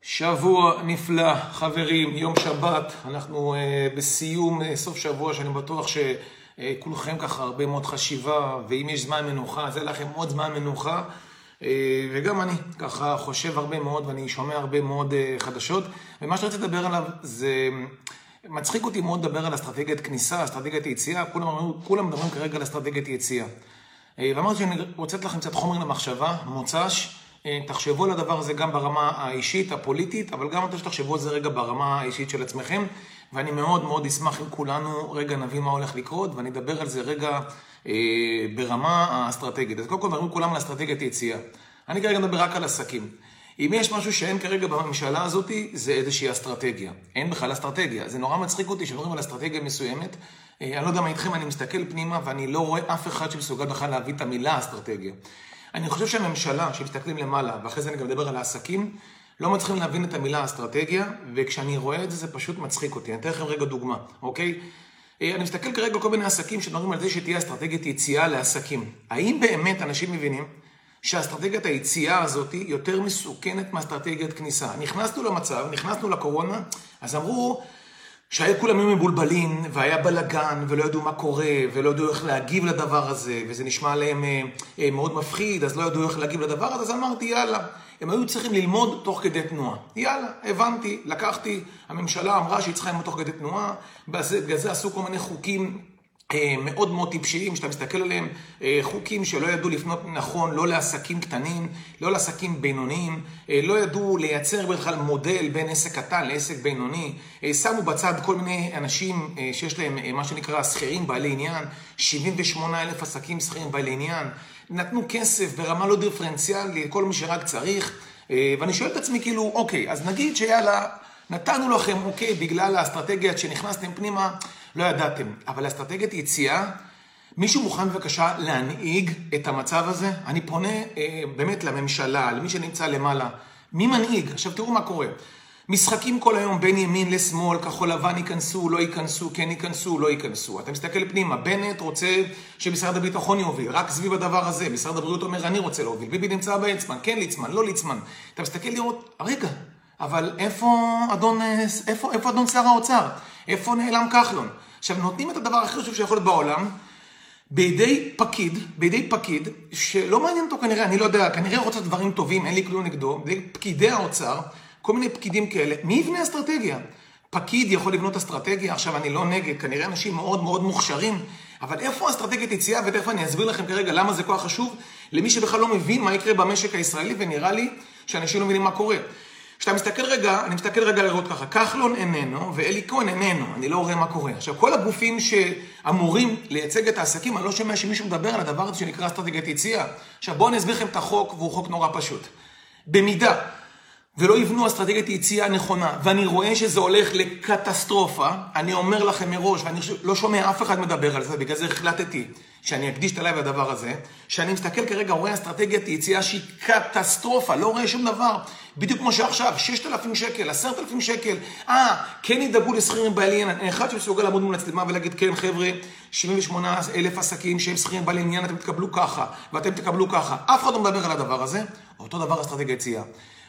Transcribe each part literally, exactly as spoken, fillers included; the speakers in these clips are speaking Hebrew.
שבוע נפלא, חברים, יום שבת, אנחנו uh, בסיום uh, סוף שבוע שאני בטוח שכולכם uh, ככה הרבה מאוד חשיבה, ואם יש זמן מנוחה, אז אין לכם עוד זמן מנוחה, uh, וגם אני ככה חושב הרבה מאוד ואני שומע הרבה מאוד uh, חדשות, ומה שאני רוצה לדבר עליו זה, מצחיק אותי מאוד לדבר על אסטרטגיית כניסה, אסטרטגיית יציאה, כולם, כולם מדברים כרגע על אסטרטגיית יציאה. Uh, ואמרתי שאני רוצה לתת לכם קצת חומר למחשבה, מוצ"ש, תחשבו על הדבר הזה גם ברמה האישית, הפוליטית, אבל גם אתם שתחשבו על זה רגע ברמה האישית של עצמכם, ואני מאוד מאוד אשמח אם כולנו רגע נבין מה הולך לקרות, ואני אדבר על זה רגע אה, ברמה האסטרטגית. אז קודם כל מדברים כולם על אסטרטגיית יציאה. אני כרגע מדבר רק על עסקים. אם יש משהו שאין כרגע בממשלה הזאת, זה איזושהי אסטרטגיה. אין בכלל אסטרטגיה. זה נורא מצחיק אותי שמדברים על אסטרטגיה מסוימת. אני לא יודע מה איתכם, אני מסתכל פנימה, ואני לא רואה אף אחד שמסוגל בכלל להביא את המילה אסטרטגיה. אני חושב שהממשלה, שמסתכלים למעלה, ואחרי זה אני גם מדבר על העסקים, לא מצליחים להבין את המילה אסטרטגיה, וכשאני רואה את זה, זה פשוט מצחיק אותי. אני אתן לכם רגע דוגמה, אוקיי? אני מסתכל כרגע על כל מיני עסקים שמדברים על זה שתהיה אסטרטגיית יציאה לעסקים. האם באמת אנשים מבינים שהאסטרטגיית היציאה הזאת יותר מסוכנת מאסטרטגיית כניסה? נכנסנו למצב, נכנסנו לקורונה, אז אמרו שהיה כולם היו מבולבלים, והיה בלגן, ולא ידעו מה קורה, ולא ידעו איך להגיב לדבר הזה, וזה נשמע להם מאוד מפחיד, אז לא ידעו איך להגיב לדבר הזה, אז אמרתי, יאללה, הם היו צריכים ללמוד תוך כדי תנועה. יאללה, הבנתי, לקחתי, הממשלה אמרה שהיא צריכה ללמוד תוך כדי תנועה, בגלל זה עשו כל מיני חוקים מאוד מאוד טיפשיים, שאתה מסתכל עליהם, חוקים שלא ידעו לפנות נכון, לא לעסקים קטנים, לא לעסקים בינוניים, לא ידעו לייצר בכלל מודל בין עסק קטן לעסק בינוני, שמו בצד כל מיני אנשים שיש להם מה שנקרא שכירים בעלי עניין, שבעים ושמונה אלף עסקים שכירים בעלי עניין, נתנו כסף ברמה לא דיפרנציאלית לכל מי שרק צריך, ואני שואל את עצמי כאילו, אוקיי, אז נגיד שיאללה, נתנו לכם, אוקיי, בגלל האסטרטגיה שנכנסתם פנימה, לא ידעתם, אבל האסטרטגיית יציאה, מישהו מוכן בבקשה להנהיג את המצב הזה? אני פונה אה, באמת לממשלה, למי שנמצא למעלה. מי מנהיג? עכשיו תראו מה קורה. משחקים כל היום בין ימין לשמאל, כחול לבן ייכנסו, לא ייכנסו, כן ייכנסו, לא ייכנסו. אתה מסתכל פנימה, בנט רוצה שמשרד הביטחון יוביל, רק סביב הדבר הזה. משרד הבריאות אומר, אני רוצה להוביל. ביבי נמצא בעצמן, כן ליצמן, לא ליצמן. אתה מסתכל לראות, רגע, אבל איפה אדון, איפה, איפה אדון שר האוצר? איפה נעלם כחלון? עכשיו, נותנים את הדבר הכי חשוב שיכול להיות בעולם, בידי פקיד, בידי פקיד, שלא מעניין אותו כנראה, אני לא יודע, כנראה רוצה דברים טובים, אין לי כלום נגדו, בידי פקידי האוצר, כל מיני פקידים כאלה, מי יבנה אסטרטגיה? פקיד יכול לבנות אסטרטגיה, עכשיו אני לא נגד, כנראה אנשים מאוד מאוד מוכשרים, אבל איפה אסטרטגיית יציאה, ותכף אני אסביר לכם כרגע למה זה כל כך חשוב, למי שבכלל לא מבין מה יקרה במשק הישראלי, ונראה לי שאנשים לא מבינים מה קורה. כשאתה מסתכל רגע, אני מסתכל רגע לראות ככה, כחלון איננו ואלי כהן איננו, אני לא רואה מה קורה. עכשיו, כל הגופים שאמורים לייצג את העסקים, אני לא שומע שמישהו מדבר על הדבר הזה שנקרא אסטרטגיית יציאה. עכשיו, בואו אני אסביר לכם את החוק, והוא חוק נורא פשוט. במידה ולא יבנו אסטרטגיית יציאה נכונה, ואני רואה שזה הולך לקטסטרופה, אני אומר לכם מראש, ואני לא שומע אף אחד מדבר על זה, בגלל זה החלטתי שאני אקדיש את הלב לדבר הזה, שאני מסתכל כרגע, רואה אסטרטגיית יציאה שהיא קטסטרופה, לא רואה שום דבר, בדיוק כמו שעכשיו, ששת אלפים שקל, עשרת אלפים שקל, אה, כן ידאגו לשכירים בעלי עניין, אחד שמסוגל לעמוד מול הצלמה ולהגיד, כן חבר'ה, שבעים ושמונה אלף עסקים שהם שכירים בעלי עניין, אתם תקבלו ככה, ואתם תקבלו ככה, אף אחד לא מדבר על הדבר הזה, אותו דבר אסטרטגיית יציאה.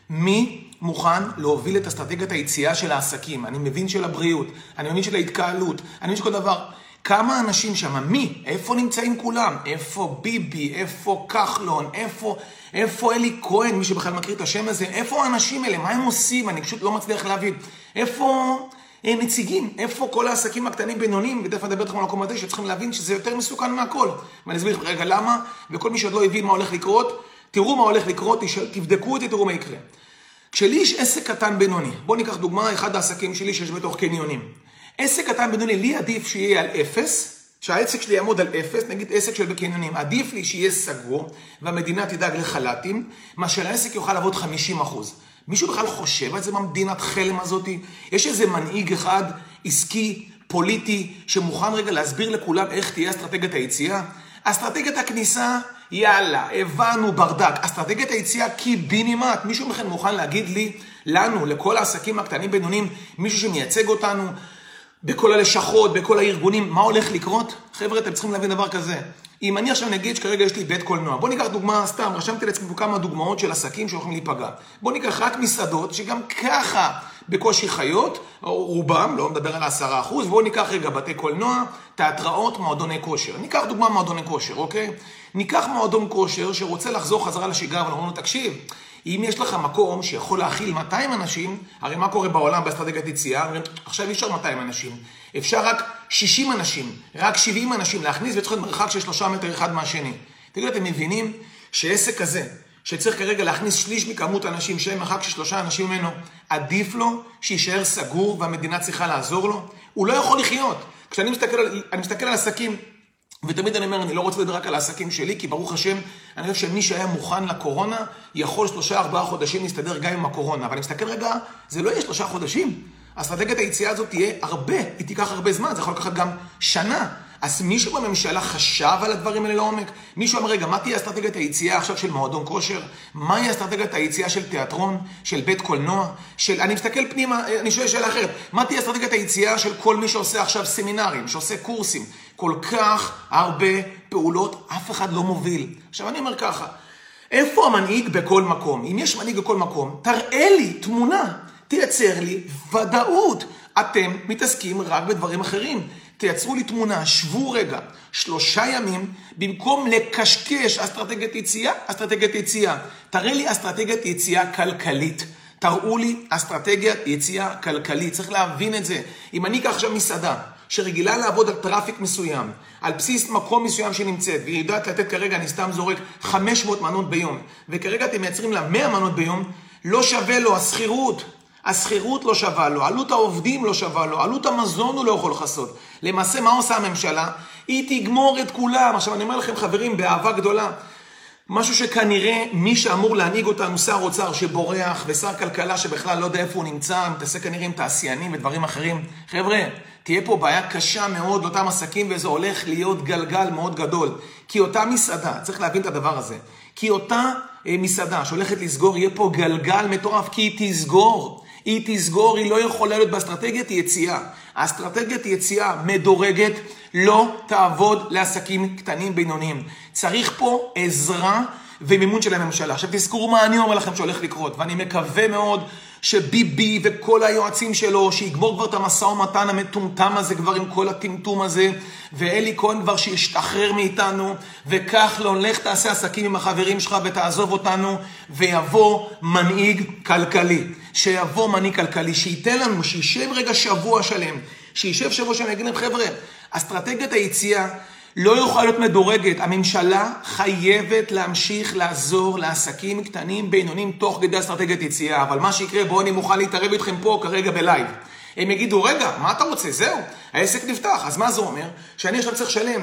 מי מוכן להוביל את אסטרטגיית היציאה של העסקים? אני מבין של הבריאות, אני מבין של ההתקהלות, אני מבין שכל דבר. כמה אנשים שם? מי? איפה נמצאים כולם? איפה ביבי? איפה כחלון? איפה, איפה אלי כהן? מי שבכלל מכיר את השם הזה? איפה האנשים האלה? מה הם עושים? אני פשוט לא מצליח להבין. איפה נציגים? איפה כל העסקים הקטנים בינוניים? ותכף נדבר אתכם על המקום הזה שצריכים להבין שזה יותר מסוכן מהכל. ואני אסביר רגע למה, וכל מי שעוד לא הבין מה הולך לקרות, תראו מה הולך לקרות, תבדקו את זה, תראו מה יקרה. כשלי יש עסק קטן בינוני, בואו ניקח דוגמה, אחד העסקים שלי שיש בתוך קניונים. עסק קטן בינוני, לי עדיף שיהיה על אפס, שהעסק שלי יעמוד על אפס, נגיד עסק של בקניונים, עדיף לי שיהיה סגור, והמדינה תדאג לחלטים, מה שלעסק יוכל לעבוד חמישים אחוז. מישהו בכלל חושב על זה במדינת חלם הזאת? יש איזה מנהיג אחד, עסקי, פוליטי, שמוכן רגע להסביר לכולם איך תהיה אסטרטגיית היציאה? אסטרטגיית הכניסה, יאללה, הבנו ברדק. אסטרטגיית היציאה קיבינימט. מישהו מכן מוכן להגיד לי, לנו, לכל העסקים הקטנים בינוניים, מישהו שמייצג אותנו, בכל הלשכות, בכל הארגונים, מה הולך לקרות? חבר'ה, אתם צריכים להבין דבר כזה. אם אני עכשיו נגיד שכרגע יש לי בית קולנוע, בוא ניקח דוגמה סתם, רשמתי לעצמי כמה דוגמאות של עסקים שהולכים להיפגע. בוא ניקח רק מסעדות, שגם ככה בקושי חיות, או רובם, לא מדבר על עשרה אחוז, בוא ניקח רגע בתי קולנוע, תיאטראות, מועדוני כושר. ניקח דוגמה מועדוני כושר, אוקיי? ניקח מועדון כושר שרוצה לחזור חזרה לשגרה, אבל אומרים לו, תקשיב, אם יש לך מקום שיכול להכיל מאתיים אנשים, הרי מה קורה בעולם באסטרטגיית יציאה? עכשיו אי אפשר מאתיים אנשים, אפשר רק שישים אנשים, רק שבעים אנשים להכניס, וצריך להיות מרחק של שלושה מטר אחד מהשני. תגידו, אתם מבינים שעסק כזה, שצריך כרגע להכניס שליש מכמות אנשים שהם מרחק של שלושה אנשים ממנו, עדיף לו שישאר סגור והמדינה צריכה לעזור לו? הוא לא יכול לחיות. כשאני מסתכל על, אני מסתכל על עסקים, ותמיד אני אומר, אני לא רוצה לדבר רק על העסקים שלי, כי ברוך השם, אני חושב שמי שהיה מוכן לקורונה, יכול שלושה, ארבעה חודשים להסתדר גם עם הקורונה. אבל אני מסתכל רגע, זה לא יהיה שלושה חודשים. אסטרטגיית היציאה הזאת תהיה הרבה, היא תיקח הרבה זמן, זה יכול לקחת גם שנה. אז מישהו בממשלה חשב על הדברים האלה לעומק? מישהו אמר, רגע, מה תהיה אסטרטגיית היציאה עכשיו של מועדון כושר? מה היא אסטרטגיית היציאה של תיאטרון, של בית קולנוע? של... אני מסתכל פנימה, אני שואל שאלה אחרת. מה תהיה אסטרטגיית היציאה של כל מי שעושה עכשיו סמינרים, שעושה קורסים? כל כך הרבה פעולות, אף אחד לא מוביל. עכשיו אני אומר ככה, איפה המנהיג בכל מקום? אם יש מנהיג בכל מקום, תראה לי תמונה, תייצר לי ודאות. אתם מתעסקים רק בדברים אחרים. תייצרו לי תמונה, שבו רגע, שלושה ימים, במקום לקשקש אסטרטגיית יציאה, אסטרטגיית יציאה. תראה לי אסטרטגיית יציאה כלכלית. תראו לי אסטרטגיית יציאה כלכלית. צריך להבין את זה. אם אני אקח עכשיו מסעדה, שרגילה לעבוד על טראפיק מסוים, על בסיס מקום מסוים שנמצאת, והיא יודעת לתת כרגע, אני סתם זורק, חמש מאות מנות ביום, וכרגע אתם מייצרים לה מאה מנות ביום, לא שווה לו הסחירות. הסחירות לא שווה לו, עלות העובדים לא שווה לו, עלות המזון הוא לא יכול לחסות. למעשה, מה עושה הממשלה? היא תגמור את כולם. עכשיו, אני אומר לכם, חברים, באהבה גדולה, משהו שכנראה מי שאמור להנהיג אותנו, שר אוצר שבורח, ושר כלכלה שבכלל לא יודע איפה הוא נמצא, מתעסק כנראה עם תעשיינים ודברים אחרים. חבר'ה, תהיה פה בעיה קשה מאוד לאותם עסקים, וזה הולך להיות גלגל מאוד גדול. כי אותה מסעדה, צריך להבין את הדבר הזה, כי אותה מסעדה שהולכת לסגור, יהיה פה גלגל מטורף, כי היא תסגור. היא תסגור, היא לא יכולה להיות באסטרטגיית יציאה. האסטרטגיית יציאה מדורגת לא תעבוד לעסקים קטנים בינוניים. צריך פה עזרה ומימון של הממשלה. עכשיו תזכרו מה אני אומר לכם שהולך לקרות, ואני מקווה מאוד שביבי וכל היועצים שלו, שיגמור כבר את המשא ומתן המטומטם הזה, כבר עם כל הטמטום הזה, ואלי כהן כבר שישתחרר מאיתנו, וכך לא הולך תעשה עסקים עם החברים שלך ותעזוב אותנו, ויבוא מנהיג כלכלי, שיבוא מנהיג כלכלי, שייתן לנו, שישב רגע שבוע שלם, שישב שבוע שלם, יגיד להם, חבר'ה, אסטרטגיית היציאה לא יכולה להיות מדורגת. הממשלה חייבת להמשיך לעזור לעסקים קטנים בינוניים תוך כדי אסטרטגיית יציאה. אבל מה שיקרה, בואו אני מוכן להתערב איתכם פה כרגע בלייב. הם יגידו, רגע, מה אתה רוצה? זהו, העסק נפתח. אז מה זה אומר? שאני עכשיו צריך לשלם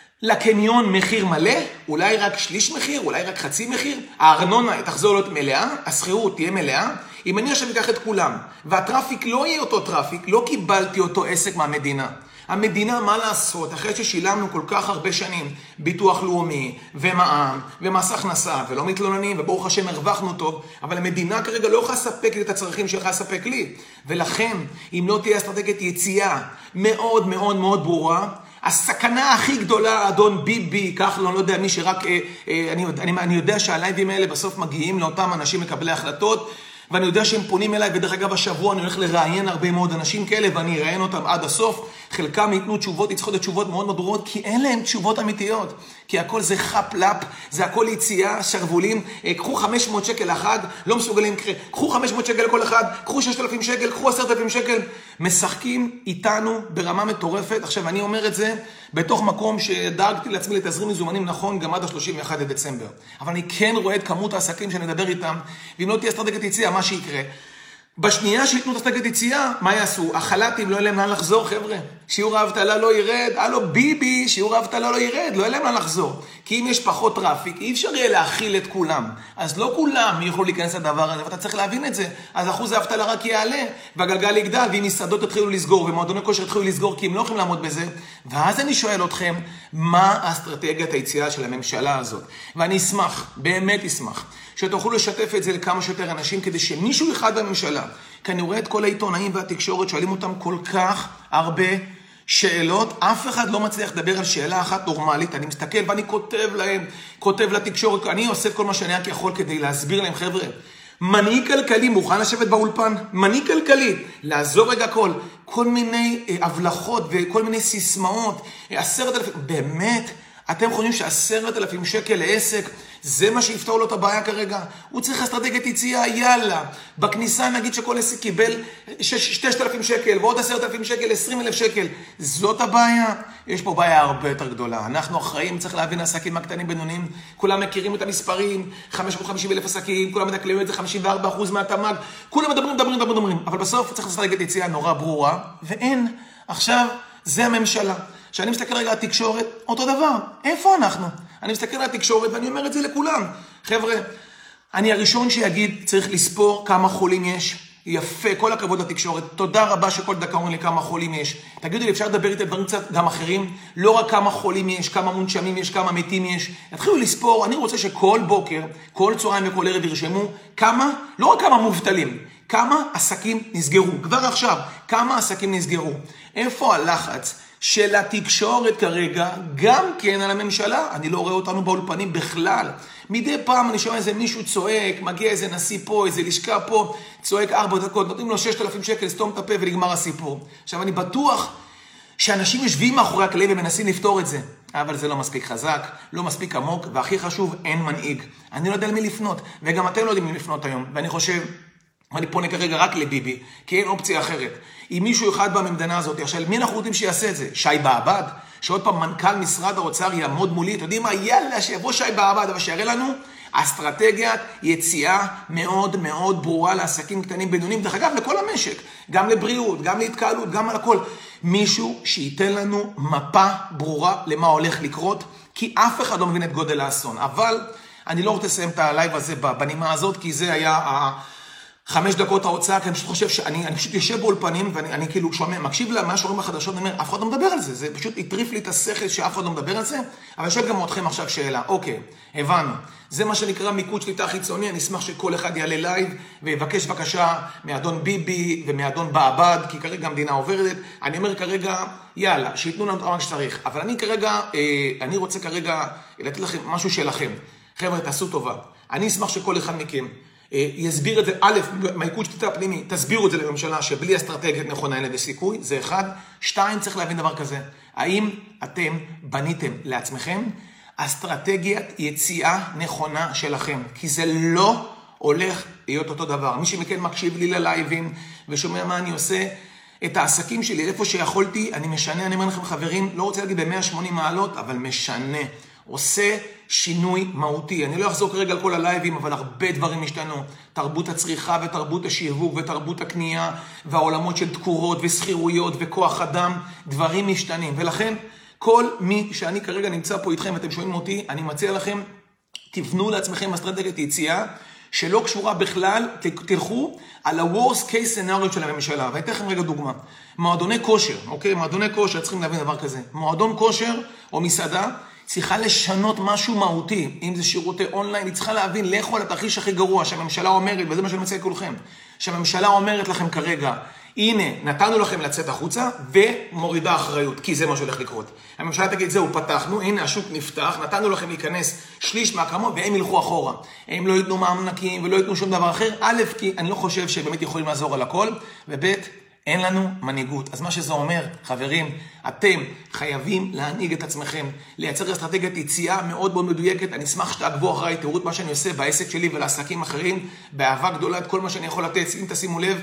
לקניון מחיר מלא, אולי רק שליש מחיר, אולי רק חצי מחיר, הארנונה תחזור להיות מלאה, השכירות תהיה מלאה. אם אני עכשיו אקח את כולם, והטראפיק לא יהיה אותו טראפיק, לא קיבלתי אותו עסק מהמדינה. המדינה, מה לעשות, אחרי ששילמנו כל כך הרבה שנים, ביטוח לאומי ומע"מ ומס הכנסה, ולא מתלוננים, וברוך השם הרווחנו טוב, אבל המדינה כרגע לא יכולה לספק לי את הצרכים שיכולה לספק לי. ולכן, אם לא תהיה אסטרטגיית יציאה מאוד מאוד מאוד ברורה, הסכנה הכי גדולה, אדון ביבי, כך לא, לא יודע מי שרק, אה, אה, אני, אני, אני יודע שהלייבים האלה בסוף מגיעים לאותם אנשים מקבלי החלטות, ואני יודע שהם פונים אליי, ודרך אגב השבוע אני הולך לראיין הרבה מאוד אנשים כאלה, ואני אראיין אותם עד הסוף. חלקם ייתנו תשובות, יצטרכו להיות תשובות מאוד מאוד ברורות, כי אין להם תשובות אמיתיות. כי הכל זה חפלפ, זה הכל יציאה, שרבולים, קחו חמש מאות שקל לחג, לא מסוגלים, קחו חמש מאות שקל לכל אחד, קחו ששת אלפים שקל, קחו עשרת אלפים שקל. משחקים איתנו ברמה מטורפת. עכשיו אני אומר את זה בתוך מקום שדאגתי לעצמי לתזרים מזומנים נכון גם עד ה-שלושים ואחד לדצמבר. אבל אני כן רואה את כמות העסקים שנדבר איתם, ואם לא תהיה אסטרטגיית יציאה, מה שיקרה? בשנייה שיתנו את אסטרטגיית יציאה, מה יעשו? החל"תים לא יהיה להם לאן לחזור, חבר'ה. שיעור האבטלה לא ירד, הלו ביבי, שיעור האבטלה לא ירד, לא יהיה להם לאן לחזור. כי אם יש פחות טראפיק, אי אפשר יהיה להכיל את כולם. אז לא כולם יוכלו להיכנס לדבר הזה, ואתה צריך להבין את זה. אז אחוז האבטלה רק יעלה, והגלגל יגדל, ואם מסעדות יתחילו לסגור, ומועדוני כושר יתחילו לסגור, כי הם לא יכולים לעמוד בזה. ואז אני שואל אתכם, מה אסטרטגיית היציאה של הממשלה הזאת? ואני אשמח, באמת אשמח, שתוכלו לשתף את זה לכמה שיותר אנשים, כדי שמישהו אחד בממשלה, כי אני רואה את כל העיתונאים והתקשורת, שואלים אותם כל כך הרבה שאלות, אף אחד לא מצליח לדבר על שאלה אחת נורמלית, אני מסתכל ואני כותב להם, כותב לתקשורת, אני עושה כל מה שאני רק יכול כדי להסביר להם, חבר'ה, מנהיג כלכלי מוכן לשבת באולפן, מנהיג כלכלי, לעזור רגע כל, כל מיני הבלחות וכל מיני סיסמאות, עשרת אלפים, באמת, אתם חושבים שעשרת אלפים שקל לעסק, זה מה שיפתור לו את הבעיה כרגע? הוא צריך אסטרטגיית יציאה, יאללה. בכניסה נגיד שכל עסק קיבל ששת אלפים שקל, ועוד עשרת אלפים שקל, עשרים אלף שקל. זאת הבעיה? יש פה בעיה הרבה יותר גדולה. אנחנו אחראים, צריך להבין עסקים הקטנים בינוניים, כולם מכירים את המספרים, חמש מאות וחמישים אלף עסקים, כולם מדקלמים את זה חמישים וארבעה אחוז מהתמ"ג, כולם מדברים, מדברים, מדברים, מדברים. אבל בסוף צריך אסטרטגיית יציאה נורא ברורה, ואין. עכשיו, זה הממשלה. כשאני מסתכל רגע על התקשורת, אותו דבר. איפה אנחנו? אני מסתכל על התקשורת ואני אומר את זה לכולם. חבר'ה, אני הראשון שיגיד, צריך לספור כמה חולים יש. יפה, כל הכבוד לתקשורת. תודה רבה שכל דקה אומרים לי כמה חולים יש. תגידו לי, אפשר לדבר איתי דברים קצת גם אחרים? לא רק כמה חולים יש, כמה מונשמים יש, כמה מתים יש. התחילו לספור, אני רוצה שכל בוקר, כל צהריים וכל ערב ירשמו כמה, לא רק כמה מובטלים, כמה עסקים נסגרו. כבר עכשיו, כמה עסקים נסגרו. איפה הלחץ של התקשורת כרגע, גם כן על הממשלה? אני לא רואה אותנו באולפנים בכלל. מדי פעם אני שומע איזה מישהו צועק, מגיע איזה נשיא פה, איזה לשכה פה, צועק ארבע דקות, נותנים לו ששת אלפים שקל, סתום את הפה ונגמר הסיפור. עכשיו אני בטוח שאנשים יושבים מאחורי הקלעים ומנסים לפתור את זה, אבל זה לא מספיק חזק, לא מספיק עמוק, והכי חשוב, אין מנהיג. אני לא יודע למי לפנות, וגם אתם לא יודעים למי לפנות היום, ואני חושב, ואני פונה כרגע רק לביבי, כי אין אופציה אחרת. אם מישהו אחד במדינה הזאת, עכשיו, מי אנחנו רוצים שיעשה את זה? שי בעבד? שעוד פעם מנכ"ל משרד האוצר יעמוד מולי, אתם יודעים מה? יאללה, שיבוא שי בעבד, אבל שיראה לנו אסטרטגיית יציאה מאוד מאוד ברורה לעסקים קטנים בינוניים, דרך אגב, לכל המשק, גם לבריאות, גם להתקהלות, גם על הכל. מישהו שייתן לנו מפה ברורה למה הולך לקרות, כי אף אחד לא מבין את גודל האסון. אבל אני לא רוצה לסיים את הלייב הזה בנימה הזאת, כי זה היה חמש דקות ההוצאה, כי אני פשוט חושב שאני אני פשוט יושב באולפנים, ואני אני כאילו שומע, מקשיב למה שאומרים בחדשות, אני אומר, אף אחד לא מדבר על זה, זה פשוט הטריף לי את השכל שאף אחד לא מדבר על זה, אבל יש גם אתכם עכשיו שאלה, אוקיי, הבנו, זה מה שנקרא מיקוד שליטה חיצוני, אני אשמח שכל אחד יעלה לייב, ויבקש בקשה מאדון ביבי ומאדון בעבד, כי כרגע המדינה עוברת, אני אומר כרגע, יאללה, שיתנו לנו מה שצריך, אבל אני כרגע, אני רוצה כרגע לתת לכם משהו שלכם, חבר'ה, תעשו טובה, אני אשמח שכל אחד מכם יסביר את זה, א', מהיקוד שליטה פנימי, תסבירו את זה לממשלה שבלי אסטרטגיית נכונה אין לזה סיכוי, זה אחד. שתיים, צריך להבין דבר כזה, האם אתם בניתם לעצמכם אסטרטגיית יציאה נכונה שלכם? כי זה לא הולך להיות אותו דבר. מי שמכן מקשיב לי ללייבים ושומע מה אני עושה, את העסקים שלי, איפה שיכולתי, אני משנה, אני אומר לכם חברים, לא רוצה להגיד ב-מאה ושמונים מעלות, אבל משנה. עושה שינוי מהותי. אני לא אחזור כרגע על כל הלייבים, אבל הרבה דברים השתנו. תרבות הצריכה ותרבות השיווק ותרבות הקנייה, והעולמות של תקורות וסחירויות וכוח אדם, דברים משתנים. ולכן, כל מי שאני כרגע נמצא פה איתכם, אתם שומעים אותי, אני מציע לכם, תבנו לעצמכם אסטרטגיית יציאה, שלא קשורה בכלל, תלכו על ה-worst case scenario של הממשלה. ואתן לכם רגע דוגמה. מועדוני כושר, אוקיי? מועדוני כושר, צריכים להבין דבר כזה. מועדון כושר או מסעדה, צריכה לשנות משהו מהותי, אם זה שירותי אונליין, היא צריכה להבין, לכו על התרחיש הכי גרוע, שהממשלה אומרת, וזה מה שאני מציע לכולכם, שהממשלה אומרת לכם כרגע, הנה, נתנו לכם לצאת החוצה, ומורידה אחריות, כי זה מה שהולך לקרות. הממשלה תגיד, זהו, פתחנו, הנה, השוק נפתח, נתנו לכם להיכנס שליש מהכמות, והם ילכו אחורה. הם לא ייתנו מענקים, ולא ייתנו שום דבר אחר, א', כי אני לא חושב שבאמת יכולים לעזור על הכל, וב', אין לנו מנהיגות. אז מה שזה אומר, חברים, אתם חייבים להנהיג את עצמכם, לייצר אסטרטגיית יציאה מאוד מאוד מדויקת. אני אשמח שתעקבו אחריי, תראו את מה שאני עושה בעסק שלי ולעסקים אחרים, באהבה גדולה, את כל מה שאני יכול לתת. אם תשימו לב,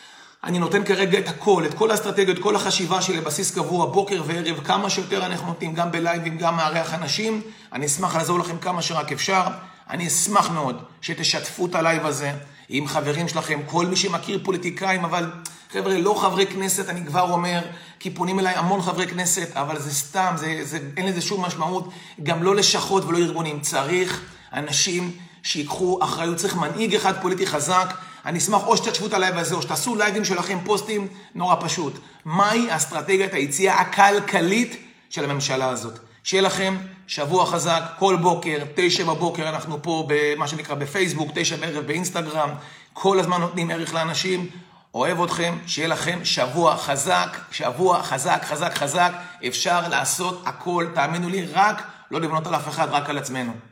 אני נותן כרגע את הכל, את כל האסטרטגיות, כל החשיבה שלי לבסיס קבוע, בוקר וערב, כמה שיותר אנחנו נותנים, גם בלייבים, גם מארח אנשים. אני אשמח לעזור לכם כמה שרק אפשר. אני אשמח מאוד שתשתפו את הלייב הזה עם חברים שלכם, כל מי שמכיר פוליטיקאים, אבל חבר'ה, לא חברי כנסת, אני כבר אומר, כי פונים אליי המון חברי כנסת, אבל זה סתם, זה, זה, אין לזה שום משמעות, גם לא לשכות ולא ארגונים. צריך אנשים שיקחו אחריות, צריך מנהיג אחד פוליטי חזק. אני אשמח או שתשתפו את הלייב הזה, או שתעשו לייבים שלכם, פוסטים, נורא פשוט. מהי אסטרטגיית היציאה הכלכלית של הממשלה הזאת? שיהיה לכם שבוע חזק, כל בוקר, תשע בבוקר, אנחנו פה במה שנקרא בפייסבוק, תשע בערב באינסטגרם, כל הזמן נותנים ערך לאנשים, אוהב אתכם, שיהיה לכם שבוע חזק, שבוע חזק, חזק, חזק, אפשר לעשות הכל, תאמינו לי, רק לא לבנות על אף אחד, רק על עצמנו.